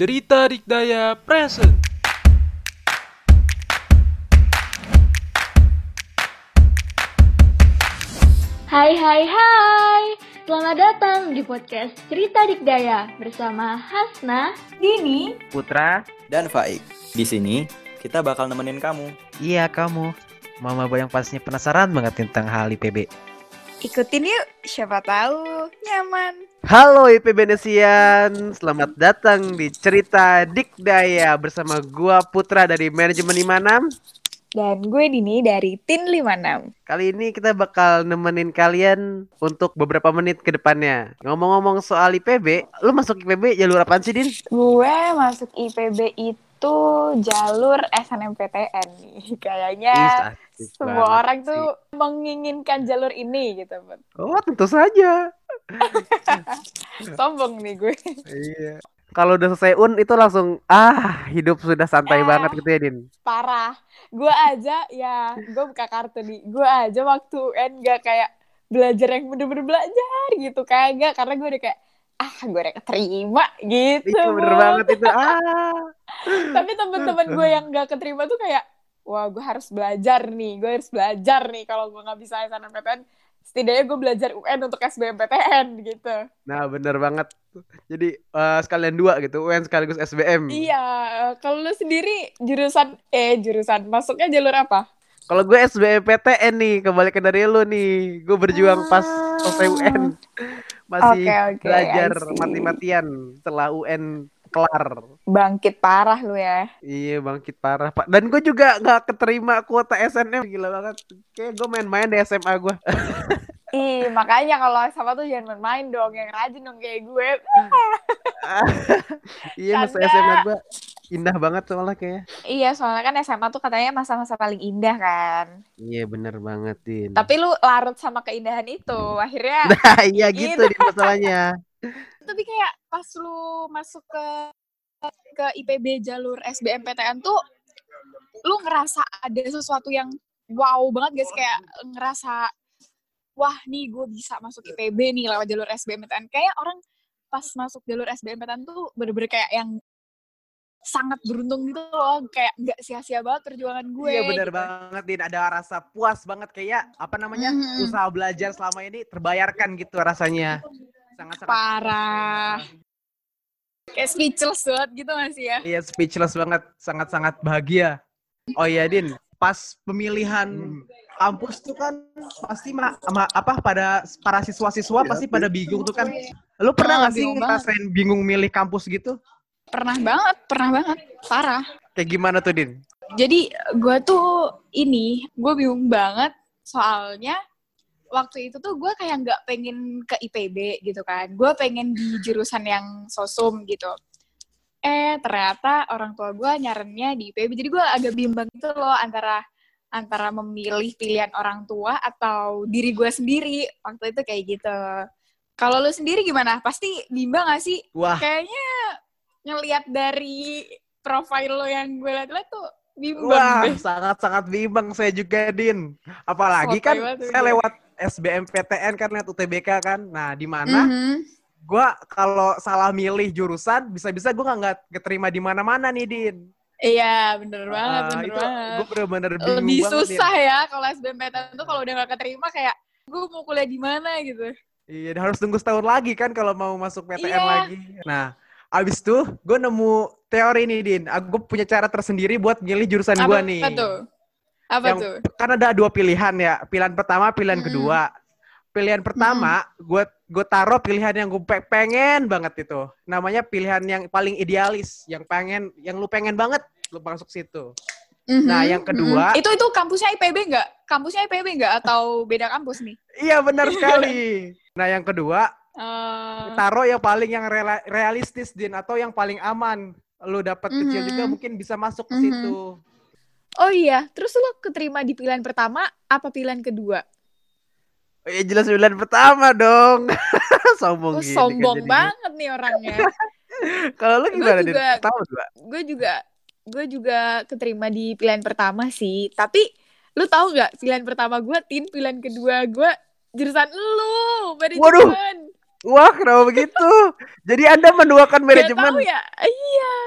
Cerita Dikdaya Present. Hai hai hai, selamat datang di podcast Cerita Dikdaya bersama Hasna, Dini, Putra, dan Faik. Di sini kita bakal nemenin kamu. iya kamu. Mama Boyang pastinya penasaran banget tentang hal IPB. Ikutin yuk, siapa tahu nyaman. Halo IPB Nesian, selamat datang di Cerita Dikdaya bersama gua Putra dari Manajemen 56. Dan gue Dini dari Tin 56. Kali ini kita bakal nemenin kalian untuk beberapa menit ke depannya. Ngomong-ngomong soal IPB, lu masuk IPB jalur apaan sih, Din? Gue masuk IPB itu jalur SNMPTN nih. Kayaknya Asik semua banget orang sih. tuh menginginkan jalur ini gitu. Oh, tentu saja. Sombong nih gue. Iya. Kalau udah selesai itu langsung hidup sudah santai banget gitu ya, Din. Parah. Gue aja ya, gue buka kartu nih. Gue aja waktu UN gak kayak belajar yang bener-bener belajar gitu. Kagak, karena gue udah kayak gue udah keterima gitu. Iya bener Bun. banget itu. Tapi temen-temen gue yang gak keterima tuh kayak, wah gue harus belajar nih. Kalau gue gak bisa SNMPTN, setidaknya gue belajar UN untuk SBMPTN gitu. Nah bener banget. Jadi sekalian dua gitu, UN sekaligus SBM. Iya, kalau lu sendiri jurusan masuknya jalur apa? Kalau gue SBMPTN nih, kebalikan dari lu nih. Gue berjuang pas selesai UN. Masih Oke, belajar I see. mati-matian setelah UN kelar. Bangkit parah lu ya. Iya bangkit parah Pak. Dan gue juga gak keterima kuota SNM. Gila banget. Kayak gue main-main di SMA gue. Ih, makanya kalau sama tuh jangan main-main dong, yang rajin dong kayak gue. Iya masa Canda. SMA gue indah banget soalnya kayak. Iya, soalnya kan SMA tuh katanya masa-masa paling indah kan. Iya bener banget Din. Tapi lu larut sama keindahan itu, akhirnya Nah iya gitu gitu. Din masalahnya. Tapi kayak pas lu masuk ke IPB jalur SBMPTN tuh, lu ngerasa ada sesuatu yang wow banget guys, kayak ngerasa wah nih gue bisa masuk IPB nih lewat jalur SBMPTN. Kayak orang pas masuk jalur SBMPTN tuh bener-bener kayak yang sangat beruntung gitu loh, kayak nggak sia-sia banget perjuangan gue. Iya bener gitu. banget Din, ada rasa puas banget kayak apa namanya Mhm. usaha belajar selama ini terbayarkan gitu rasanya. Sangat-sangat Parah. Kayak speechless banget gitu masih ya. Iya speechless banget, sangat-sangat bahagia. Oh iya Din, pas pemilihan kampus tuh kan pasti pada para siswa-siswa pasti pada bingung tuh kan. Lu pernah nggak sih Bingung banget. ngerasain bingung milih kampus gitu? Pernah banget, parah. Kayak gimana tuh Din? Jadi gue gue bingung banget soalnya waktu itu tuh gue kayak nggak pengen ke IPB gitu kan. Gue pengen di jurusan yang sosum gitu. Ternyata orang tua gue nyarannya di IPB. Jadi gue agak bimbang gitu loh antara memilih pilihan orang tua atau diri gue sendiri. Waktu itu kayak gitu. Kalau lu sendiri gimana? Pasti bimbang gak sih? Wah. Kayaknya ngelihat dari profil lo yang gue liat tuh bimbang Wah, deh. sangat-sangat bimbang saya juga, Din. Apalagi Sotoy kan banget saya gue. lewat SBMPTN kan, lewat UTBK kan. Nah, di mana gua kalau salah milih jurusan, bisa-bisa gua nggak keterima di mana-mana nih, Din. Iya, bener banget. Itu gue bener-bener bingung Lebih banget, susah Din. ya kalau SBMPTN tuh kalau udah gak keterima kayak gue mau kuliah di mana gitu. Iya, harus tunggu setahun lagi kan kalau mau masuk PTN Iya. lagi. Nah, abis itu gue nemu teori nih, Din. Gue punya cara tersendiri buat milih jurusan gue nih. Apa Yang tuh? kan ada dua pilihan ya, pilihan pertama, pilihan kedua. Pilihan pertama, gue taruh pilihan yang gue pengen banget itu. Namanya pilihan yang paling idealis, yang lu pengen banget lu masuk situ. Nah, yang kedua, Itu kampusnya IPB nggak? Kampusnya IPB nggak atau beda kampus nih? iya benar sekali. Nah, yang kedua, Eh, taruh yang paling realistis, Din, atau yang paling aman. Lu dapat kecil juga mungkin bisa masuk ke situ. oh iya, terus lo keterima di pilihan pertama apa pilihan kedua? Ya jelas pilihan pertama dong. Sombong gini kan Sombong jadinya. banget nih orangnya. Kalau lu gimana, Din? juga- Pertama dua. Gue juga keterima di pilihan pertama sih. Tapi lu tahu nggak pilihan pertama gue pilihan kedua gue jurusan lu, manajemen. Wah, kenapa begitu? Jadi Anda menduakan Gak manajemen? tahu ya. Iya,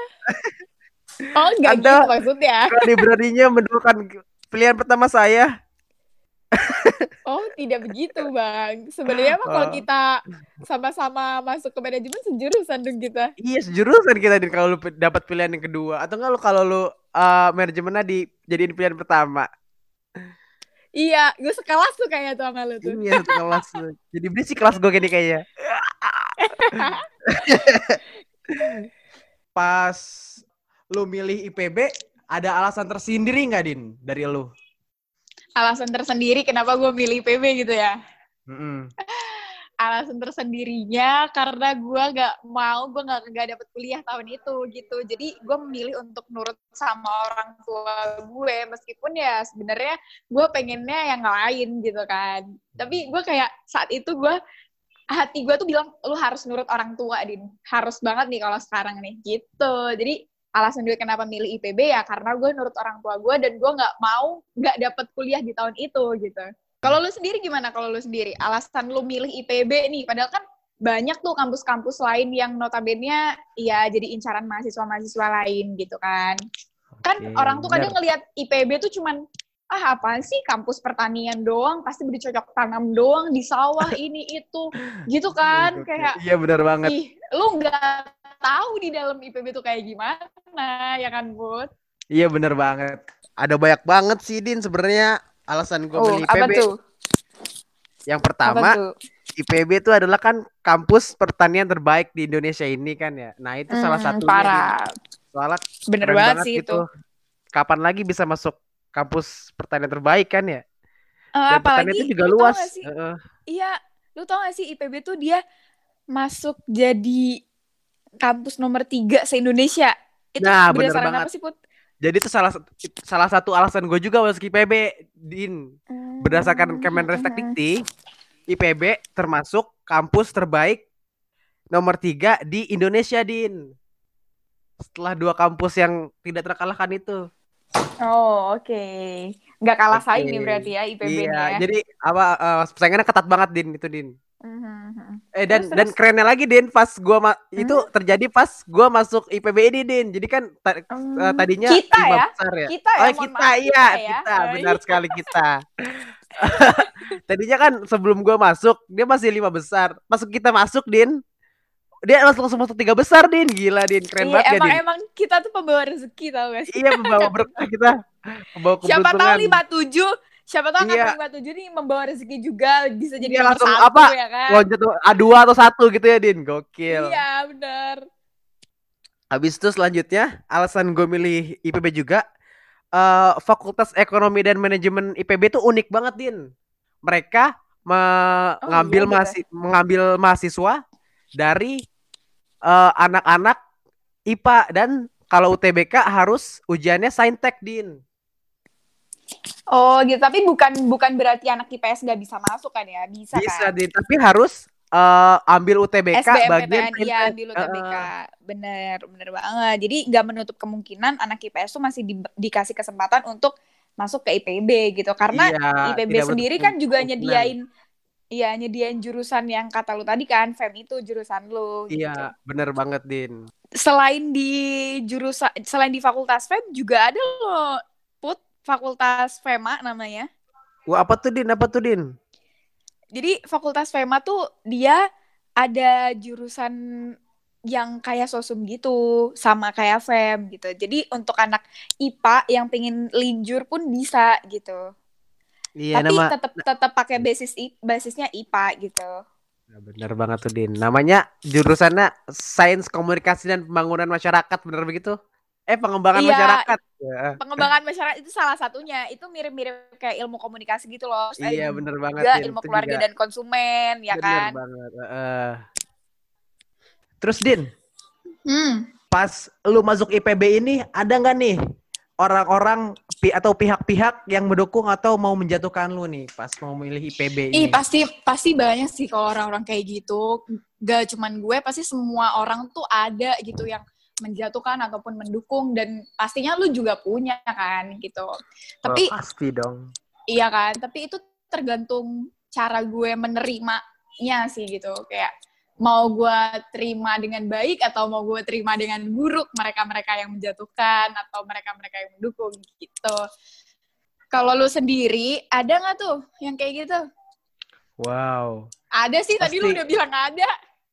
Oh, enggak Anda gitu maksudnya. berani beraninya mendudukan pilihan pertama saya. Oh, tidak begitu, Bang. Sebenarnya mah kalau Oh. kita sama-sama masuk ke manajemen sejurusan dong kita. Iya sejurusan kita Din kalau lu dapat pilihan yang kedua atau enggak lu kalau lu manajemennya dijadiin pilihan pertama. Iya, gue sekelas tuh kayak tuh sama lu tuh. Iya satu kelas lu. Jadi berisik kelas gue gini kayaknya. Pas lu milih IPB ada alasan tersendiri nggak Din dari lu? Alasan tersendiri kenapa gue milih PB gitu ya. Mm-mm. Alasan tersendirinya karena gue nggak dapet kuliah tahun itu gitu. Jadi gue memilih untuk nurut sama orang tua gue meskipun ya sebenarnya gue pengennya yang lain gitu kan. Tapi gue kayak saat itu hati gue tuh bilang lu harus nurut orang tua Din, harus banget nih kalau sekarang nih gitu. Jadi alasan gue kenapa milih IPB ya karena gue nurut orang tua gue dan gue nggak dapet kuliah di tahun itu gitu. Kalau lu sendiri gimana? Kalau lu sendiri, alasan lu milih IPB nih, padahal kan banyak tuh kampus-kampus lain yang notabene ya jadi incaran mahasiswa-mahasiswa lain gitu kan. Kan orang tuh kadang ngelihat IPB tuh cuman, apaan sih kampus pertanian doang, pasti bercocok tanam doang di sawah ini itu, gitu kan. Kayak, iya benar banget. ih, lu nggak tahu di dalam IPB tuh kayak gimana, ya kan, Bud? Iya benar banget. Ada banyak banget sih Din sebenarnya alasan gue milih IPB. Apa tuh? Yang pertama, IPB itu adalah kan kampus pertanian terbaik di Indonesia ini kan ya. Nah itu salah satunya. Parah. Soalnya bener keren banget sih gitu. itu. Kapan lagi bisa masuk kampus pertanian terbaik kan ya? Dan Apalagi pertanian itu juga lu luas. Tau gak sih? Iya, lu tau gak sih IPB tuh dia masuk jadi kampus nomor 3 se-Indonesia. Itu Nah, bener berdasarkan banget. apa sih, Put? Jadi itu salah satu alasan gue juga masuk IPB, Din. Berdasarkan Kemenristek-Dikti, IPB termasuk kampus terbaik nomor 3 di Indonesia, Din. Setelah 2 kampus yang tidak terkalahkan itu. Oh, oke. Nggak kalah Oke. saing nih berarti ya IPB nih ya. Jadi persaingannya ketat banget, Din, itu, Din. Terus. Dan kerennya lagi Din pas itu terjadi pas gua masuk IPB ini Din. Jadi kan tadinya kita 5 ya? besar ya. Kita ya, Kita benar sekali kita. Tadinya kan sebelum gua masuk dia masih 5 besar. Masuk kita masuk Din. Dia langsung masuk 3 besar Din. Gila Din, keren banget ya Din. Emang kita tuh pembawa rezeki tau gak sih? Iya, membawa berkah kita. Membawa keberuntungan. Siapa tahu angkatan 57 nih membawa rezeki juga, bisa jadi nomor langsung 1 ya kan. Loncat A2 atau 1 gitu ya Din. Gokil. Iya, benar. Habis itu selanjutnya alasan gue milih IPB juga, Fakultas Ekonomi dan Manajemen IPB tuh unik banget Din. Mereka mengambil mahasiswa dari anak-anak IPA dan kalau UTBK harus ujiannya saintek Din. Oh gitu, tapi bukan berarti anak IPS nggak bisa masuk kan ya? Bisa kan? Din, tapi harus ambil UTBK bagian iya, ambil UTBK. Bener banget. Jadi nggak menutup kemungkinan anak IPS tuh masih dikasih kesempatan untuk masuk ke IPB gitu. Karena IPB sendiri kan juga nyediain jurusan yang kata lu tadi kan, FEM itu jurusan lu. Iya, gitu. Bener banget Din. Selain di fakultas FEM juga ada loh, Put, fakultas FEMA namanya. Wah, apa tuh Din? Jadi fakultas FEMA tuh dia ada jurusan yang kayak sosum gitu, sama kayak FEM gitu. Jadi untuk anak IPA yang pengen linjur pun bisa gitu. Iya, tapi tetap pakai basisnya IPA gitu. Nah, bener banget tuh Din. Namanya jurusannya Sains Komunikasi dan Pembangunan Masyarakat, bener begitu? Pengembangan masyarakat. Pengembangan masyarakat itu salah satunya. Itu mirip-mirip kayak ilmu komunikasi gitu loh. Iya, bener banget. Juga ilmu keluarga dan konsumen, ya kan? Bener banget. Terus Din, pas lu masuk IPB ini, ada nggak nih orang-orang atau pihak-pihak yang mendukung atau mau menjatuhkan lu nih pas mau milih IPB ini? Pasti banyak sih kalau orang-orang kayak gitu. Gak cuman gue, pasti semua orang tuh ada gitu yang menjatuhkan ataupun mendukung, dan pastinya lu juga punya kan gitu. Tapi pasti dong. Iya kan, tapi itu tergantung cara gue menerimanya sih gitu. Kayak mau gue terima dengan baik atau mau gue terima dengan buruk mereka-mereka yang menjatuhkan atau mereka-mereka yang mendukung gitu. Kalau lu sendiri, ada nggak tuh yang kayak gitu? Wow. Ada sih, tadi lu Pasti. udah bilang ada.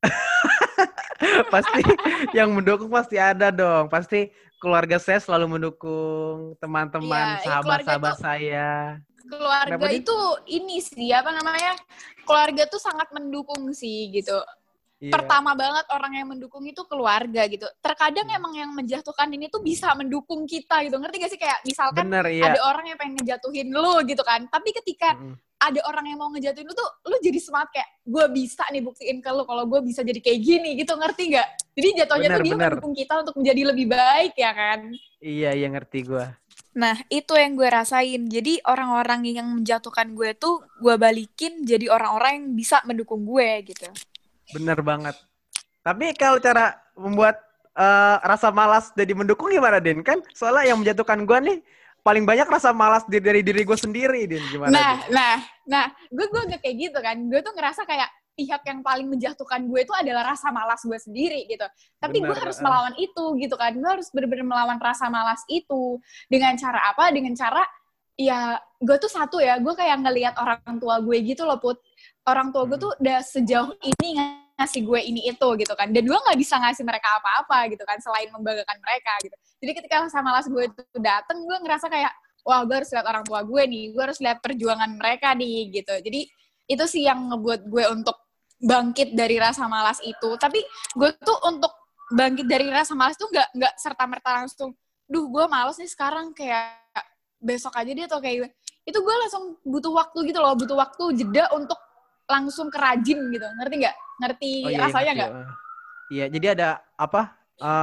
Pasti yang mendukung pasti ada dong. Pasti keluarga saya selalu mendukung, teman-teman, Iya, keluarga sahabat-sahabat tuh- saya. Keluarga Kenapa, Din? itu ini sih, apa namanya, keluarga tuh sangat mendukung sih gitu. Iya. Pertama banget orang yang mendukung itu keluarga gitu. Terkadang emang yang menjatuhkan ini tuh bisa mendukung kita gitu. Ngerti gak sih? Kayak misalkan Bener, iya. ada orang yang pengen ngejatuhin lu gitu kan. Tapi ketika Mm-mm. ada orang yang mau ngejatuhin lu tuh, lu jadi semangat kayak, gue bisa nih buktiin ke lu kalau gue bisa jadi kayak gini gitu, ngerti gak? Jadi jatuhnya tuh dia Bener. mendukung kita untuk menjadi lebih baik ya kan? Iya, ngerti gue. Nah, itu yang gue rasain. Jadi orang-orang yang menjatuhkan gue tuh gue balikin jadi orang-orang yang bisa mendukung gue gitu. Bener banget. Tapi kalau cara membuat rasa malas jadi mendukung gimana, Din? Kan soalnya yang menjatuhkan gue nih paling banyak rasa malas dari diri gue sendiri, Din. Gimana, Din? Nah, gue gak kayak gitu kan. Gue tuh ngerasa kayak pihak yang paling menjatuhkan gue itu adalah rasa malas gue sendiri gitu. Tapi gue Bener, harus melawan itu gitu kan. Gue harus benar-benar melawan rasa malas itu. Dengan cara apa? Dengan cara, ya gue tuh satu ya, gue kayak ngelihat orang tua gue gitu loh, Put. Orang tua gue tuh udah sejauh ini ngasih gue ini itu gitu kan. Dan gue gak bisa ngasih mereka apa-apa gitu kan, selain membanggakan mereka gitu. Jadi ketika rasa malas gue itu dateng, gue ngerasa kayak, wah gue harus lihat orang tua gue nih, gue harus lihat perjuangan mereka nih gitu. Jadi itu sih yang ngebuat gue untuk bangkit dari rasa malas itu. Tapi gue tuh untuk bangkit dari rasa malas tuh nggak serta-merta langsung, duh gue malas nih sekarang, kayak besok aja deh atau kayak itu. Gue langsung butuh waktu gitu loh, butuh waktu jeda untuk langsung kerajin gitu. Ngerti nggak? Ngerti rasanya nggak? Iya, jadi ada apa?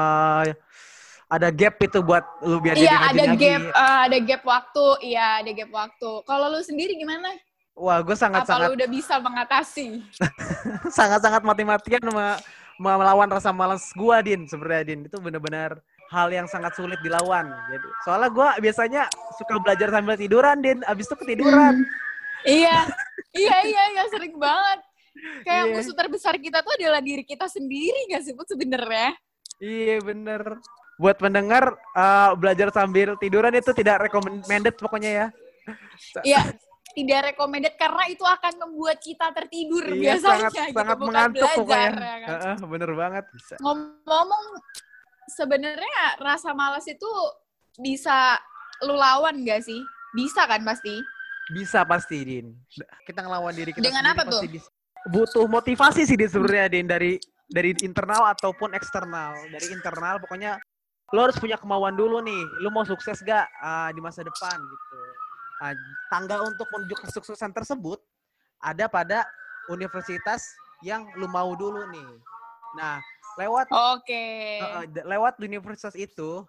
Ada gap itu buat lu biar Iya, jadi ada rajin lagi. gap, ada gap waktu. Iya, ada gap waktu. Kalau lu sendiri gimana? Wah, gue Apa sangat-sangat lu udah bisa mengatasi? sangat-sangat mati-matian melawan rasa malas gue, Din. Sebenarnya, Din, itu benar-benar hal yang sangat sulit dilawan. Jadi, soalnya gue biasanya suka belajar sambil tiduran, Din. Abis itu ketiduran. Iya, sering banget. Kayak Iya. musuh terbesar kita tuh adalah diri kita sendiri nggak sih, Put, sebenarnya? Iya, bener. Buat pendengar, belajar sambil tiduran itu tidak recommended pokoknya ya. Iya, tidak recommended karena itu akan membuat kita tertidur Iya, biasanya. sangat bukan mengantuk belajar, pokoknya. ya kan? Bener banget. Bisa. Ngomong, sebenarnya rasa malas itu bisa lu lawan nggak sih? Bisa kan pasti? Bisa pasti, Din. Kita ngelawan diri kita Dengan sendiri apa pasti tuh? bisa. Butuh motivasi sih, Din, sebenarnya, Din, dari internal ataupun eksternal. Dari internal pokoknya lo harus punya kemauan dulu nih. Lo mau sukses gak di masa depan gitu. Tangga untuk menuju kesuksesan tersebut ada pada universitas yang lo mau dulu nih. Nah, lewat Oke. lewat universitas itu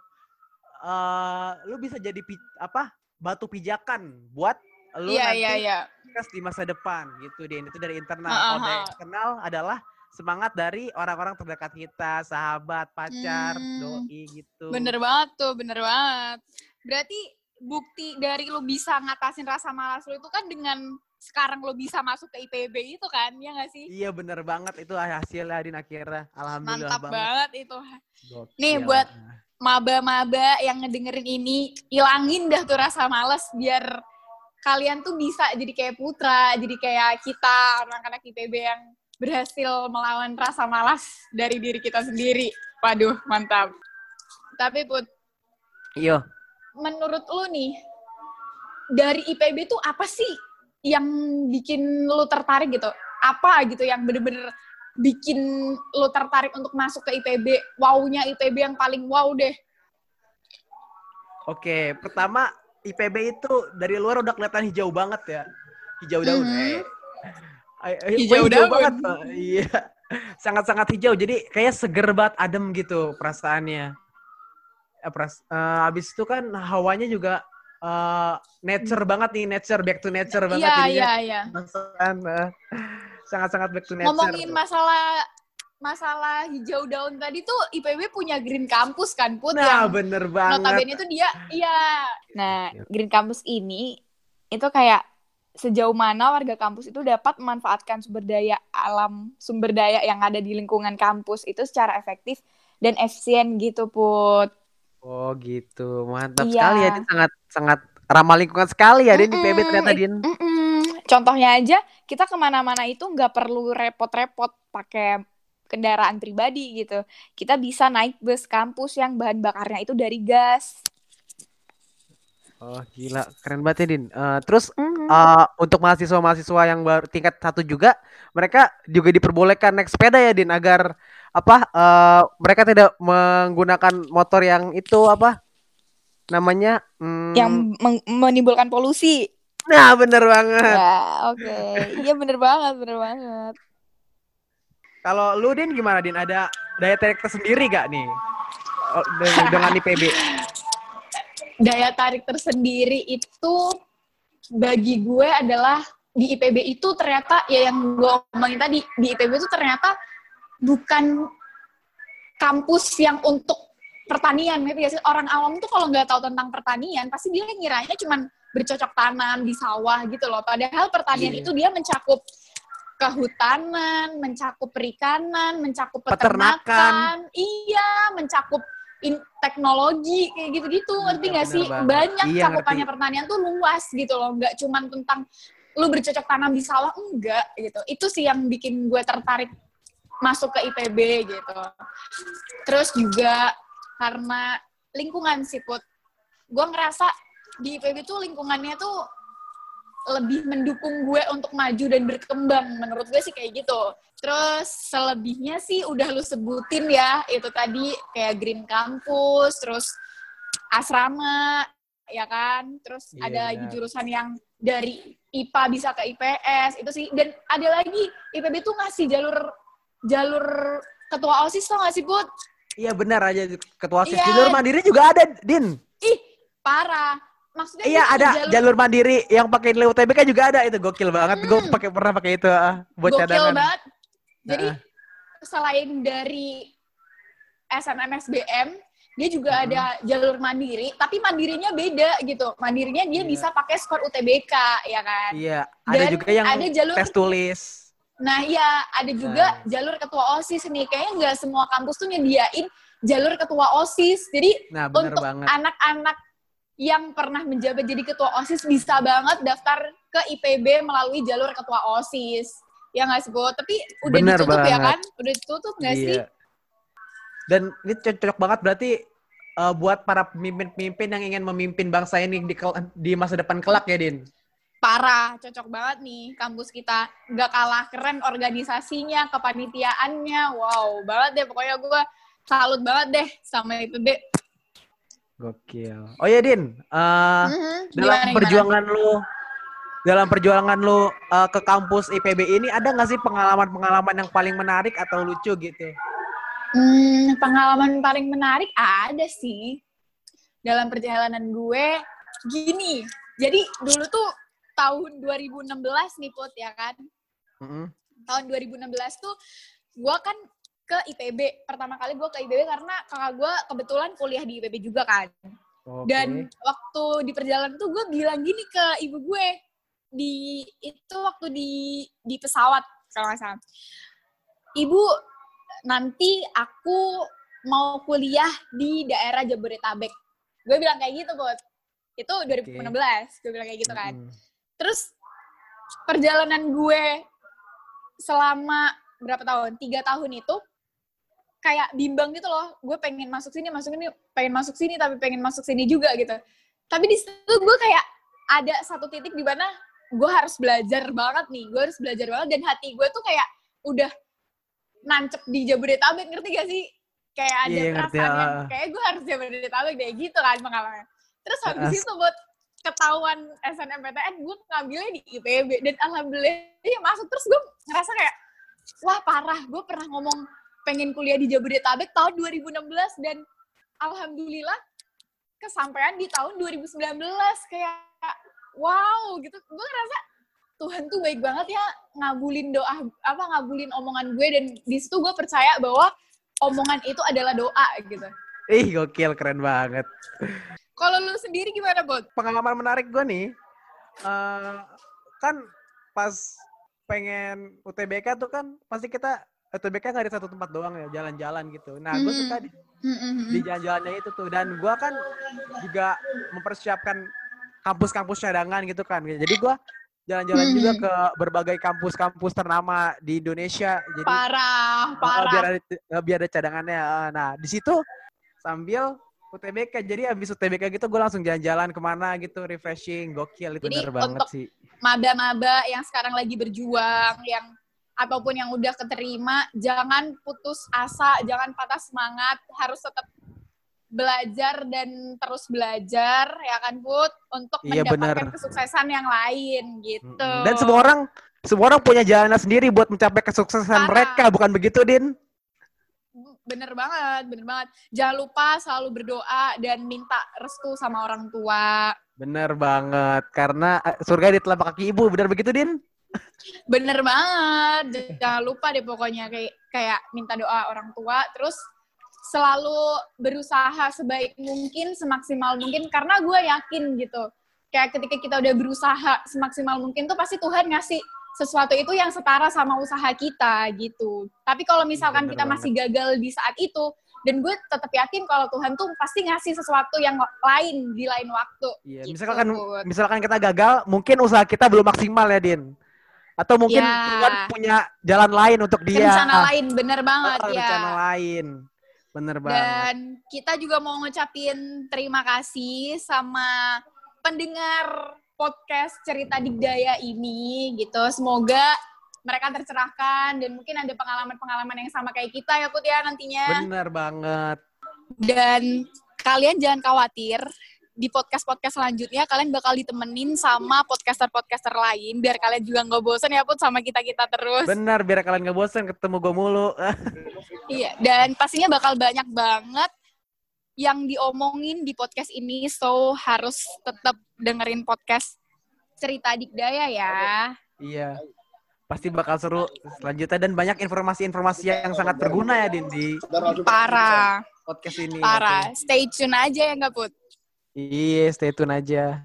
lo bisa jadi batu pijakan buat lo nanti sukses di masa depan gitu, Din. Itu dari internal. Kalau dari eksternal adalah semangat dari orang-orang terdekat kita, sahabat, pacar, doi gitu. Bener banget tuh, bener banget. Berarti bukti dari lu bisa ngatasin rasa malas lu itu kan dengan sekarang lu bisa masuk ke IPB itu kan, ya nggak sih? Iya, bener banget. Itu hasilnya, Din, akhirnya. Alhamdulillah Mantap banget itu. Gokil. Nih buat maba-maba yang ngedengerin ini, ilangin dah tuh rasa malas biar kalian tuh bisa jadi kayak Putra, jadi kayak kita, anak-anak IPB yang berhasil melawan rasa malas dari diri kita sendiri. Waduh, mantap. Tapi Put, Iya. menurut lu nih, dari IPB tuh apa sih yang bikin lu tertarik gitu? Apa gitu yang bener-bener bikin lu tertarik untuk masuk ke IPB? Wow-nya IPB yang paling wow deh. Oke, pertama IPB itu dari luar udah kelihatan hijau banget ya. Hijau daun. Hijau daun banget. Iya. Sangat-sangat hijau. Jadi kayak seger banget, adem gitu perasaannya. Abis itu kan hawanya juga nature banget nih, back to nature banget. Iya. Sangat-sangat back to nature. Ngomongin masalah hijau daun tadi tuh IPB punya Green Campus kan, Put? Nah, yang bener banget. notabene itu dia, iya. Nah, Green Campus ini itu kayak sejauh mana warga kampus itu dapat memanfaatkan sumber daya alam, sumber daya yang ada di lingkungan kampus itu secara efektif dan efisien gitu, Put. Oh gitu, mantap Iya. sekali ya. Din, sangat sangat ramah lingkungan sekali ya Din di PB ternyata Din. Contohnya aja, kita kemana-mana itu nggak perlu repot-repot pakai kendaraan pribadi gitu. Kita bisa naik bus kampus yang bahan bakarnya itu dari gas. Oh gila, keren banget ya Din. Terus untuk mahasiswa-mahasiswa yang baru tingkat 1 juga, mereka juga diperbolehkan naik sepeda ya Din agar mereka tidak menggunakan motor yang itu namanya. Yang menimbulkan polusi. Nah bener banget. Ya, oke. Iya bener banget, bener banget. Kalau lu Din gimana Din? Ada daya tarik tersendiri gak nih dengan IPB? Daya tarik tersendiri itu bagi gue adalah di IPB itu ternyata ya yang gue omongin tadi, di IPB itu ternyata bukan kampus yang untuk pertanian gitu ya sih. Orang awam tuh kalau nggak tahu tentang pertanian pasti dia ngiranya cuma bercocok tanam di sawah gitu loh. Padahal pertanian itu dia mencakup kehutanan, mencakup perikanan, mencakup peternakan. Iya, mencakup teknologi kayak gitu-gitu, ngerti nggak sih? Banyak cakupannya pertanian tuh luas gitu loh, nggak cuma tentang lu bercocok tanam di sawah, enggak gitu. Itu sih yang bikin gue tertarik masuk ke IPB gitu. Terus juga karena lingkungan sih, Put. Gue ngerasa di IPB tuh lingkungannya tuh lebih mendukung gue untuk maju dan berkembang. Menurut gue sih kayak gitu. Terus selebihnya sih udah lu sebutin ya, itu tadi kayak Green Campus, terus asrama, ya kan? Terus ada lagi jurusan yang dari IPA bisa ke IPS, itu sih. Dan ada lagi, IPB tuh ngasih jalur ketua OSIS tuh nggak sih, Put? Iya benar aja, ketua OSIS. Jalur mandiri juga ada, Din. Ih, parah. Maksudnya iya ada jalur mandiri yang pakai nilai UTBK juga ada, itu gokil banget. Gue pernah pakai itu buat gokil cadangan. Gokil banget. Jadi selain dari SNM-SBM, dia juga ada jalur mandiri, tapi mandirinya beda gitu. Mandirinya dia bisa pakai skor UTBK, ya kan? Iya, ada juga yang ada jalur tes tulis. Nah iya, ada juga jalur ketua OSIS nih. Kayaknya nggak semua kampus tuh nyediain jalur ketua OSIS. Jadi untuk anak-anak yang pernah menjabat jadi ketua OSIS bisa banget daftar ke IPB melalui jalur ketua OSIS. Ya nggak sih, Bo? Tapi udah ditutup banget. Ya kan? Udah ditutup nggak sih? Dan ini cocok banget berarti buat para pemimpin-pemimpin yang ingin memimpin bangsa ini di masa depan kelak ya, Din? Parah, cocok banget nih kampus kita. Nggak kalah keren organisasinya, kepanitiaannya. Wow, banget deh. Pokoknya gue salut banget deh sama IPB. Gokil. Oh ya, Din. Dalam perjuangan lu ke kampus IPB ini ada nggak sih pengalaman-pengalaman yang paling menarik atau lucu gitu? Pengalaman paling menarik ada sih. Dalam perjalanan gue, gini. Jadi dulu tuh tahun 2016 nih, Put, ya kan? Tahun 2016 tuh gue kan ke IPB. Pertama kali gue ke IPB karena kakak gue kebetulan kuliah di IPB juga kan. Okay. Dan waktu di perjalanan tuh gue bilang gini ke ibu gue. Waktu di pesawat kalau nggak salah. Ibu, nanti aku mau kuliah di daerah Jabodetabek. Gue bilang kayak gitu, Bot. Itu 2016. Gue bilang kayak gitu kan. Terus perjalanan gue selama berapa tahun? 3 tahun itu kayak bimbang gitu loh. Gue pengen masuk sini, pengen masuk sini, tapi pengen masuk sini juga gitu. Tapi di situ gue kayak ada satu titik di mana gue harus belajar banget nih. Gue harus belajar banget dan hati gue tuh kayak udah nancep di Jabodetabek, ngerti gak sih? Kayak ada perasaan yang kayak gue harus Jabodetabek deh gitu kan pengalamannya. Terus habis itu buat ketahuan SNMPTN, gue ngambilnya di IPB dan alhamdulillah dia masuk. Terus gue ngerasa kayak wah parah, gue pernah ngomong pengen kuliah di Jabodetabek tahun 2016 dan alhamdulillah kesampaian di tahun 2019. Kayak wow gitu. Gue ngerasa Tuhan tuh baik banget ya ngabulin ngabulin omongan gue, dan di situ gue percaya bahwa omongan itu adalah doa gitu. Ih, gokil, keren banget. Kalau lu sendiri gimana, Bot? Pengalaman menarik gue nih, kan pas pengen UTBK tuh kan pasti kita UTBK nggak di satu tempat doang ya, jalan-jalan gitu. Nah, gue suka di jalan-jalannya itu tuh. Dan gue kan juga mempersiapkan kampus-kampus cadangan gitu kan. Jadi gue jalan-jalan juga ke berbagai kampus-kampus ternama di Indonesia. Jadi Parah. biar ada cadangannya. Nah, di situ sambil UTBK. Jadi habis UTBK gitu gue langsung jalan-jalan kemana gitu, refreshing, gokil. Itu Jadi bener banget untuk sih. maba-maba yang sekarang lagi berjuang, yang ataupun yang udah keterima, jangan putus asa, jangan patah semangat, harus tetap belajar dan terus belajar, ya kan Put, untuk mendapatkan kesuksesan yang lain gitu. Dan semua orang punya jalannya sendiri buat mencapai kesuksesan mereka, bukan begitu, Din? Bener banget. Jangan lupa selalu berdoa dan minta restu sama orang tua. Bener banget, karena surga di telapak kaki ibu, bener begitu, Din? Bener banget. Jangan lupa deh pokoknya kayak minta doa orang tua, terus selalu berusaha sebaik mungkin, semaksimal mungkin, karena gue yakin gitu. Kayak ketika kita udah berusaha semaksimal mungkin tuh pasti Tuhan ngasih sesuatu itu yang setara sama usaha kita gitu. Tapi kalau misalkan kita masih gagal di saat itu, dan gue tetap yakin kalau Tuhan tuh pasti ngasih sesuatu yang lain di lain waktu. Iya, gitu, misalkan kita gagal, mungkin usaha kita belum maksimal ya, Din. Atau mungkin Tuhan punya jalan lain untuk dia. Rencana lain, bener banget ya. Rencana lain, bener banget. Dan kita juga mau ngucapin terima kasih sama pendengar podcast Cerita Digdaya ini gitu. Semoga mereka tercerahkan dan mungkin ada pengalaman-pengalaman yang sama kayak kita ya Put ya nantinya. Bener banget. Dan kalian jangan khawatir, di podcast-podcast selanjutnya kalian bakal ditemenin sama podcaster-podcaster lain biar kalian juga nggak bosan ya Put sama kita-kita terus. Bener, biar kalian nggak bosan ketemu gue mulu. Iya, dan pastinya bakal banyak banget yang diomongin di podcast ini, so harus tetap dengerin podcast Cerita Digdaya ya. Iya, pasti bakal seru selanjutnya dan banyak informasi-informasi yang sangat berguna ya Din di Parah. podcast ini. Parah. Stay tune aja ya nggak Put? Iya, stay tune aja.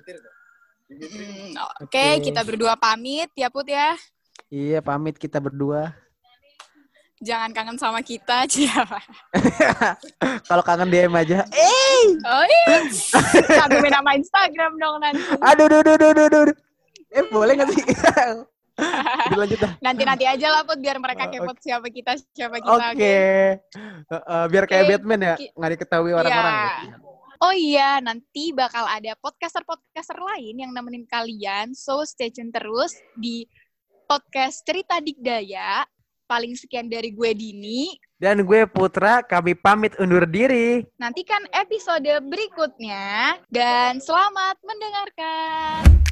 Oke, kita berdua pamit ya Put ya. Iya, pamit kita berdua. Jangan kangen sama kita aja. Kalau kangen DM aja. Oh iya. Cantumin nama Instagram dong nanti. Aduh. Boleh nggak sih? Dilanjut dah. Nanti aja lah Put, biar mereka kepot siapa kita. Oke. Biar kayak Batman ya, nggak diketahui orang-orang. Ya. Oh iya, nanti bakal ada podcaster-podcaster lain yang nemenin kalian. So stay tune terus di podcast Cerita Digdaya. Paling sekian dari gue Dini. Dan gue Putra, kami pamit undur diri. Nantikan episode berikutnya. Dan selamat mendengarkan.